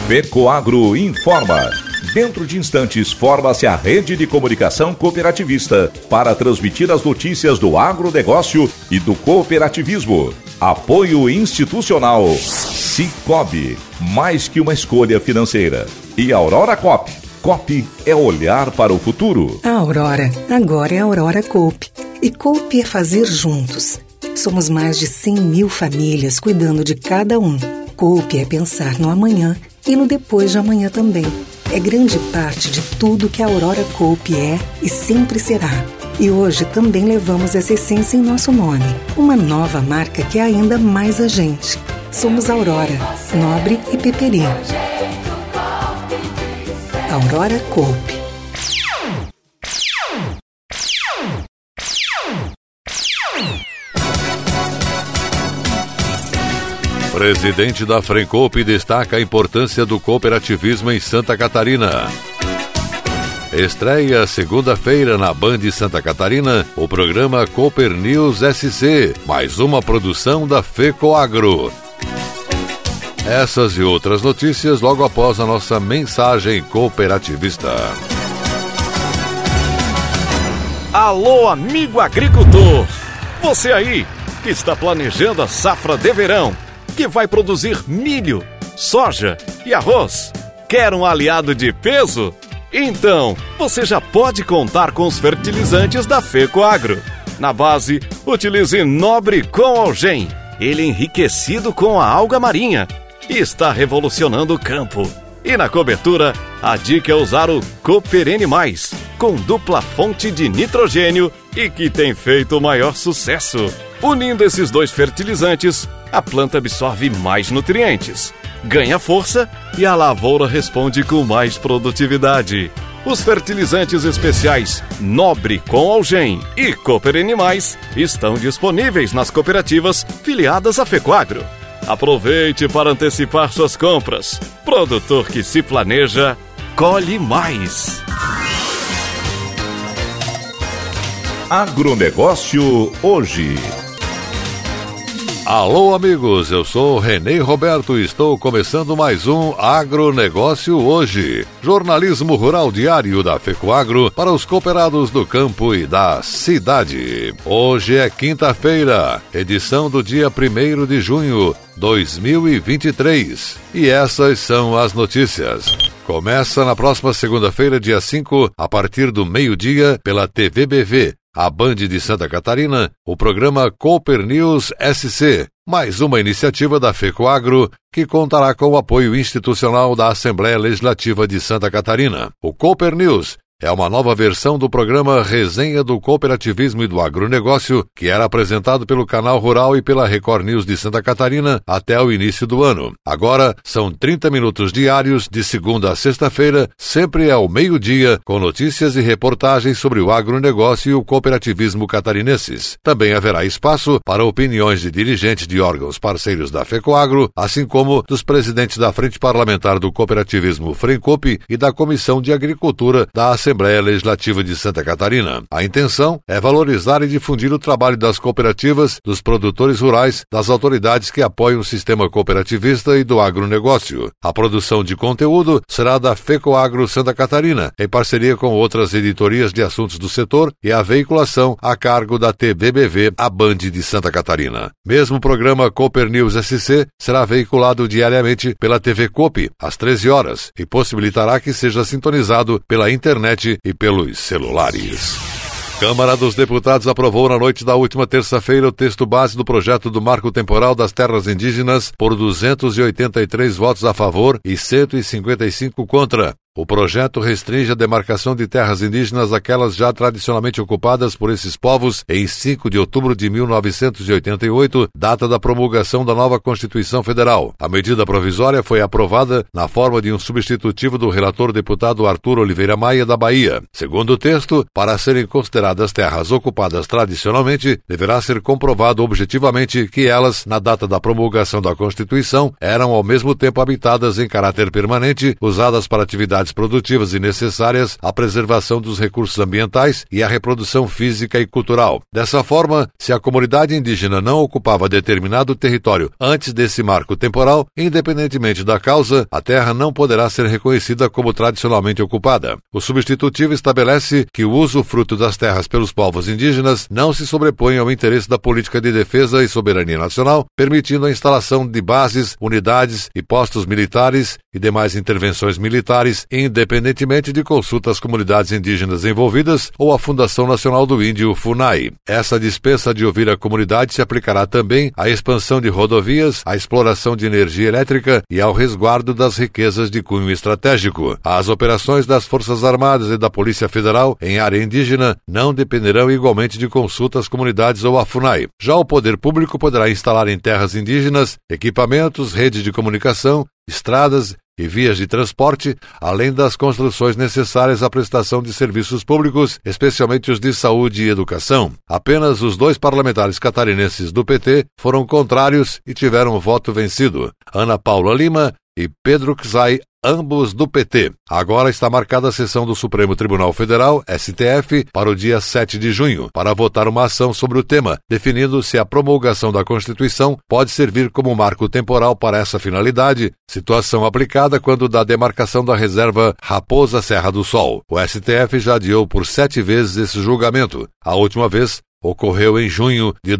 FECOAGRO informa. Dentro de instantes, forma-se a rede de comunicação cooperativista para transmitir as notícias do agronegócio e do cooperativismo. Apoio institucional. Cicobi, mais que uma escolha financeira. E Aurora Coop. Coop é olhar para o futuro. A Aurora, agora é a Aurora Coop. E Coop é fazer juntos. Somos mais de 100 mil famílias cuidando de cada um. Coop é pensar no amanhã e no depois de amanhã também. É grande parte de tudo que a Aurora Coop é e sempre será. E hoje também levamos essa essência em nosso nome. Uma nova marca que é ainda mais a gente. Somos Aurora, Nobre e Peperi. Aurora Coop. Presidente da Frencop destaca a importância do cooperativismo em Santa Catarina. Estreia segunda-feira na Band Santa Catarina o programa Cooper News SC, mais uma produção da FECOAGRO. Essas e outras notícias logo após a nossa mensagem cooperativista. Alô, amigo agricultor! Você aí que está planejando a safra de verão, que vai produzir milho, soja e arroz. Quer um aliado de peso? Então, você já pode contar com os fertilizantes da FECOAGRO. Na base, utilize Nobre com Algem. Ele é enriquecido com a alga marinha e está revolucionando o campo. E na cobertura, a dica é usar o Cooper N+, com dupla fonte de nitrogênio e que tem feito o maior sucesso. Unindo esses dois fertilizantes, a planta absorve mais nutrientes, ganha força e a lavoura responde com mais produtividade. Os fertilizantes especiais Nobre com Algem e Cooper N+, estão disponíveis nas cooperativas filiadas à FECOAGRO. Aproveite para antecipar suas compras. Produtor que se planeja, colhe mais. Agronegócio hoje. Alô, amigos, eu sou Renê Roberto e estou começando mais um Agronegócio hoje. Jornalismo rural diário da FECOAGRO para os cooperados do campo e da cidade. Hoje é quinta-feira, edição do dia 1º de junho, 2023. E essas são as notícias. Começa na próxima segunda-feira, dia 5, a partir do meio-dia, pela TVBV, a Band de Santa Catarina, o programa Cooper News SC, mais uma iniciativa da FECOAGRO que contará com o apoio institucional da Assembleia Legislativa de Santa Catarina. O Cooper News é uma nova versão do programa Resenha do Cooperativismo e do Agronegócio, que era apresentado pelo Canal Rural e pela Record News de Santa Catarina até o início do ano. Agora, são 30 minutos diários, de segunda a sexta-feira, sempre ao meio-dia, com notícias e reportagens sobre o agronegócio e o cooperativismo catarinenses. Também haverá espaço para opiniões de dirigentes de órgãos parceiros da FECOAGRO, assim como dos presidentes da Frente Parlamentar do Cooperativismo Frencop e da Comissão de Agricultura da Assembleia Legislativa de Santa Catarina. A intenção é valorizar e difundir o trabalho das cooperativas, dos produtores rurais, das autoridades que apoiam o sistema cooperativista e do agronegócio. A produção de conteúdo será da FECOAGRO Santa Catarina, em parceria com outras editorias de assuntos do setor, e a veiculação a cargo da TVBV, a Band de Santa Catarina. Mesmo o programa Cooper News SC será veiculado diariamente pela TV Coop, às 13 horas, e possibilitará que seja sintonizado pela internet e pelos celulares. Câmara dos Deputados aprovou na noite da última terça-feira o texto base do projeto do Marco Temporal das Terras Indígenas por 283 votos a favor e 155 contra. O projeto restringe a demarcação de terras indígenas àquelas já tradicionalmente ocupadas por esses povos em 5 de outubro de 1988, data da promulgação da nova Constituição Federal. A medida provisória foi aprovada na forma de um substitutivo do relator deputado Arthur Oliveira Maia, da Bahia. Segundo o texto, para serem consideradas terras ocupadas tradicionalmente, deverá ser comprovado objetivamente que elas, na data da promulgação da Constituição, eram ao mesmo tempo habitadas em caráter permanente, usadas para atividades atividades produtivas e necessárias à preservação dos recursos ambientais e à reprodução física e cultural. Dessa forma, se a comunidade indígena não ocupava determinado território antes desse marco temporal, independentemente da causa, a terra não poderá ser reconhecida como tradicionalmente ocupada. O substitutivo estabelece que o usufruto das terras pelos povos indígenas não se sobrepõe ao interesse da política de defesa e soberania nacional, permitindo a instalação de bases, unidades e postos militares e demais intervenções militares, independentemente de consulta às comunidades indígenas envolvidas ou à Fundação Nacional do Índio, FUNAI. Essa dispensa de ouvir a comunidade se aplicará também à expansão de rodovias, à exploração de energia elétrica e ao resguardo das riquezas de cunho estratégico. As operações das Forças Armadas e da Polícia Federal em área indígena não dependerão igualmente de consulta às comunidades ou à FUNAI. Já o poder público poderá instalar em terras indígenas equipamentos, redes de comunicação, estradas e vias de transporte, além das construções necessárias à prestação de serviços públicos, especialmente os de saúde e educação. Apenas os 2 parlamentares catarinenses do PT foram contrários e tiveram o voto vencido: Ana Paula Lima e Pedro Czai, ambos do PT. Agora está marcada a sessão do Supremo Tribunal Federal, STF, para o dia 7 de junho, para votar uma ação sobre o tema, definindo se a promulgação da Constituição pode servir como marco temporal para essa finalidade, situação aplicada quando da demarcação da reserva Raposa Serra do Sol. O STF já adiou por 7 vezes esse julgamento. A última vez ocorreu em junho de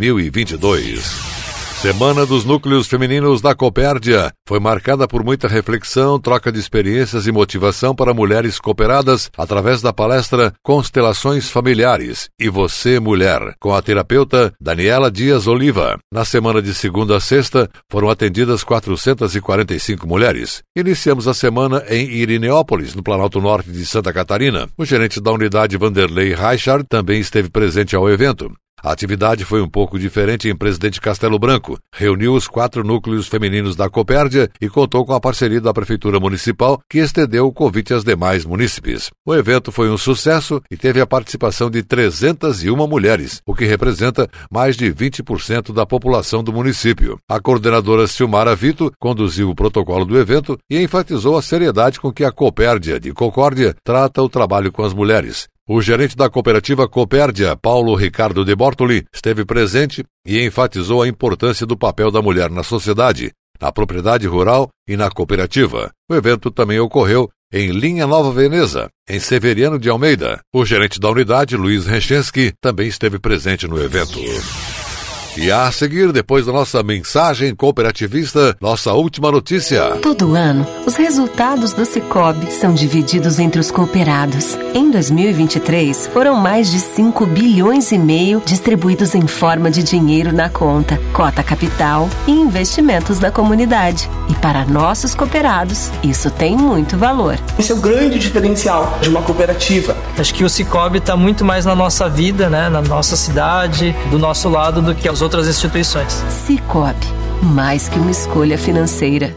2022. Semana dos Núcleos Femininos da Copérdia foi marcada por muita reflexão, troca de experiências e motivação para mulheres cooperadas através da palestra Constelações Familiares e Você Mulher, com a terapeuta Daniela Dias Oliva. Na semana de segunda a sexta, foram atendidas 445 mulheres. Iniciamos a semana em Irineópolis, no Planalto Norte de Santa Catarina. O gerente da unidade, Vanderlei Reichard, também esteve presente ao evento. A atividade foi um pouco diferente em Presidente Castelo Branco. Reuniu os 4 núcleos femininos da Copérdia e contou com a parceria da Prefeitura Municipal, que estendeu o convite às demais munícipes. O evento foi um sucesso e teve a participação de 301 mulheres, o que representa mais de 20% da população do município. A coordenadora Silmara Vito conduziu o protocolo do evento e enfatizou a seriedade com que a Copérdia de Concórdia trata o trabalho com as mulheres. O gerente da cooperativa Copérdia, Paulo Ricardo de Bortoli, esteve presente e enfatizou a importância do papel da mulher na sociedade, na propriedade rural e na cooperativa. O evento também ocorreu em Linha Nova Veneza, em Severiano de Almeida. O gerente da unidade, Luiz Reschensky, também esteve presente no evento. E a seguir, depois da nossa mensagem cooperativista, nossa última notícia. Todo ano, os resultados do Sicoob são divididos entre os cooperados. Em 2023, foram mais de 5 bilhões e meio distribuídos em forma de dinheiro na conta, cota capital e investimentos na comunidade. E para nossos cooperados, isso tem muito valor. Esse é o grande diferencial de uma cooperativa. Acho que o Sicoob está muito mais na nossa vida, né, na nossa cidade, do nosso lado, do que as outras instituições. Sicoob, mais que uma escolha financeira.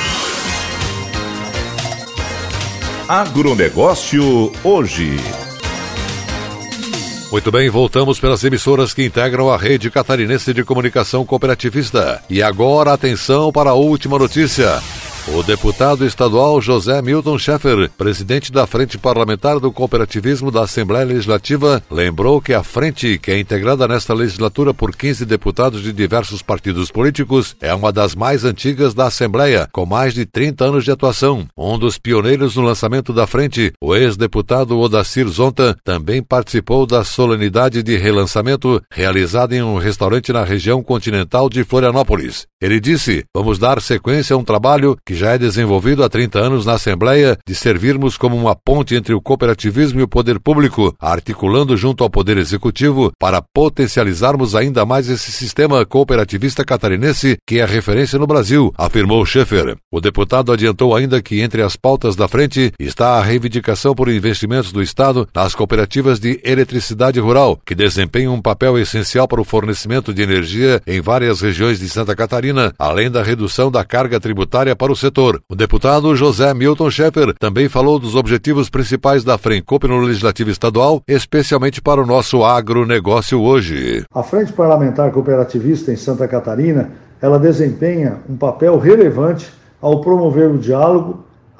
Agronegócio hoje. Muito bem, voltamos pelas emissoras que integram a rede catarinense de comunicação cooperativista. E agora, atenção para a última notícia. O deputado estadual José Milton Schaeffer, presidente da Frente Parlamentar do Cooperativismo da Assembleia Legislativa, lembrou que a frente, que é integrada nesta legislatura por 15 deputados de diversos partidos políticos, é uma das mais antigas da Assembleia, com mais de 30 anos de atuação. Um dos pioneiros no lançamento da frente, o ex-deputado Odacir Zonta, também participou da solenidade de relançamento realizada em um restaurante na região continental de Florianópolis. Ele disse: "Vamos dar sequência a um trabalho que já é desenvolvido há 30 anos na Assembleia, de servirmos como uma ponte entre o cooperativismo e o poder público, articulando junto ao Poder Executivo para potencializarmos ainda mais esse sistema cooperativista catarinense que é referência no Brasil", afirmou Schaeffer. O deputado adiantou ainda que entre as pautas da frente está a reivindicação por investimentos do Estado nas cooperativas de eletricidade rural, que desempenham um papel essencial para o fornecimento de energia em várias regiões de Santa Catarina, além da redução da carga tributária para o setor. O deputado José Milton Schaeffer também falou dos objetivos principais da FRENCOOP no Legislativo Estadual, especialmente para o nosso agronegócio hoje. A Frente Parlamentar Cooperativista em Santa Catarina, ela desempenha um papel relevante ao promover o diálogo,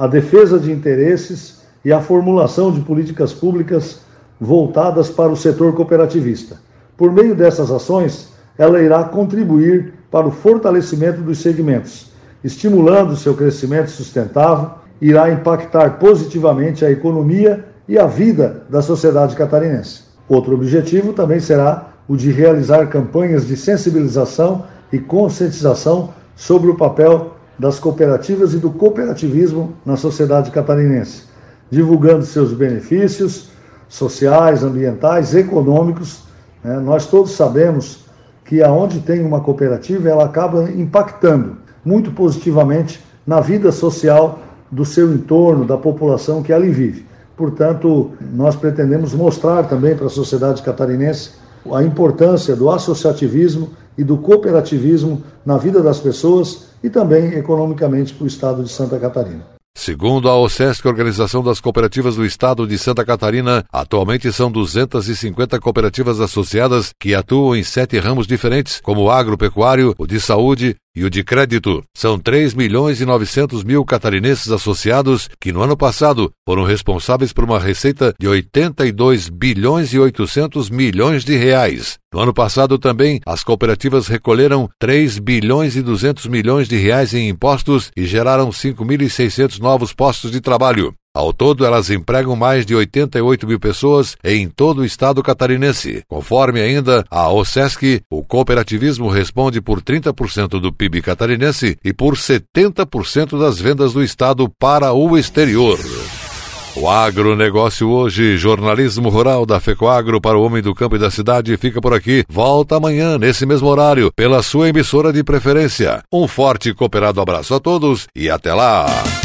a defesa de interesses e a formulação de políticas públicas voltadas para o setor cooperativista. Por meio dessas ações, ela irá contribuir para o fortalecimento dos segmentos, estimulando seu crescimento sustentável, irá impactar positivamente a economia e a vida da sociedade catarinense. Outro objetivo também será o de realizar campanhas de sensibilização e conscientização sobre o papel das cooperativas e do cooperativismo na sociedade catarinense, divulgando seus benefícios sociais, ambientais, econômicos. Nós todos sabemos que aonde tem uma cooperativa, ela acaba impactando muito positivamente na vida social do seu entorno, da população que ali vive. Portanto, nós pretendemos mostrar também para a sociedade catarinense a importância do associativismo e do cooperativismo na vida das pessoas e também economicamente para o estado de Santa Catarina. Segundo a OSESC, Organização das Cooperativas do Estado de Santa Catarina, atualmente são 250 cooperativas associadas que atuam em 7 ramos diferentes, como o agropecuário, o de saúde e o de crédito. São 3.900.000 catarinenses associados que no ano passado foram responsáveis por uma receita de 82 bilhões e 800 milhões de reais. No ano passado também, as cooperativas recolheram 3 bilhões e 200 milhões de reais em impostos e geraram 5.600 novos postos de trabalho. Ao todo, elas empregam mais de 88 mil pessoas em todo o estado catarinense. Conforme ainda a OSESC, o cooperativismo responde por 30% do PIB catarinense e por 70% das vendas do estado para o exterior. O agronegócio hoje, jornalismo rural da FECOAGRO para o homem do campo e da cidade, fica por aqui. Volta amanhã, nesse mesmo horário, pela sua emissora de preferência. Um forte e cooperado abraço a todos e até lá!